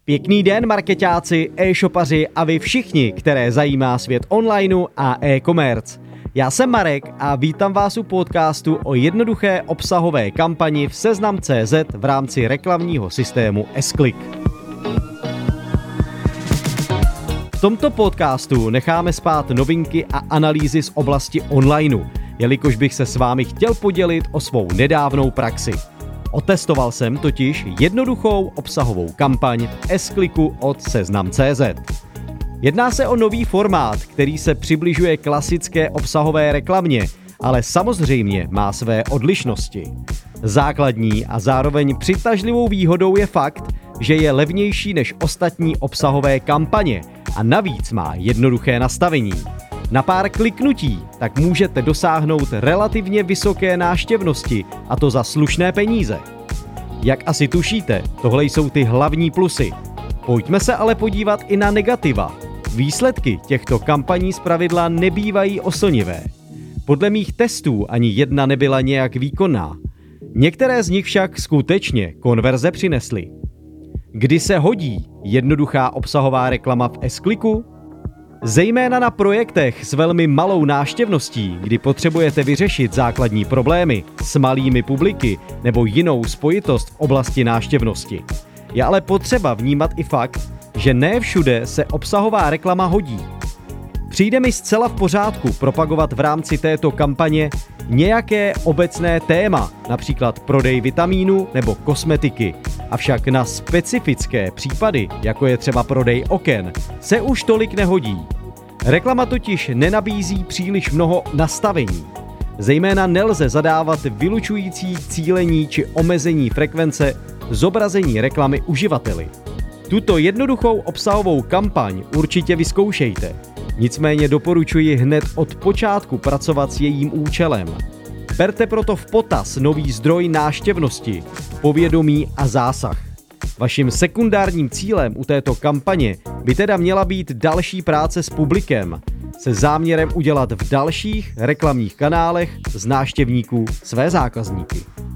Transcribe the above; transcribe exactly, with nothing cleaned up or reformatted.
Pěkný den, markeťáci, e-shopaři a vy všichni, které zajímá svět onlineu a e-commerce. Já jsem Marek a vítám vás u podcastu o jednoduché obsahové kampani v Seznam tečka cé zet v rámci reklamního systému S-Click. V tomto podcastu necháme spát novinky a analýzy z oblasti onlineu, jelikož bych se s vámi chtěl podělit o svou nedávnou praxi. Otestoval jsem totiž jednoduchou obsahovou kampaň v S-Clicku od Seznam tečka cé zet. Jedná se o nový formát, který se přibližuje klasické obsahové reklamě, ale samozřejmě má své odlišnosti. Základní a zároveň přitažlivou výhodou je fakt, že je levnější než ostatní obsahové kampaně a navíc má jednoduché nastavení. Na pár kliknutí tak můžete dosáhnout relativně vysoké návštěvnosti, a to za slušné peníze. Jak asi tušíte, tohle jsou ty hlavní plusy. Pojďme se ale podívat i na negativa. Výsledky těchto kampaní zpravidla nebývají oslnivé. Podle mých testů ani jedna nebyla nějak výkonná. Některé z nich však skutečně konverze přinesly. Kdy se hodí jednoduchá obsahová reklama v S-Clicku? Zejména na projektech s velmi malou návštěvností, kdy potřebujete vyřešit základní problémy s malými publiky nebo jinou spojitost v oblasti návštěvnosti. Je ale potřeba vnímat i fakt, že ne všude se obsahová reklama hodí. Přijde mi zcela v pořádku propagovat v rámci této kampaně nějaké obecné téma, například prodej vitamínu nebo kosmetiky, avšak na specifické případy, jako je třeba prodej oken, se už tolik nehodí. Reklama totiž nenabízí příliš mnoho nastavení. Zejména nelze zadávat vylučující cílení či omezení frekvence zobrazení reklamy uživateli. Tuto jednoduchou obsahovou kampaň určitě vyzkoušejte. Nicméně doporučuji hned od počátku pracovat s jejím účelem. Berte proto v potaz nový zdroj návštěvnosti, povědomí a zásah. Vaším sekundárním cílem u této kampaně by teda měla být další práce s publikem, se záměrem udělat v dalších reklamních kanálech z návštěvníků své zákazníky.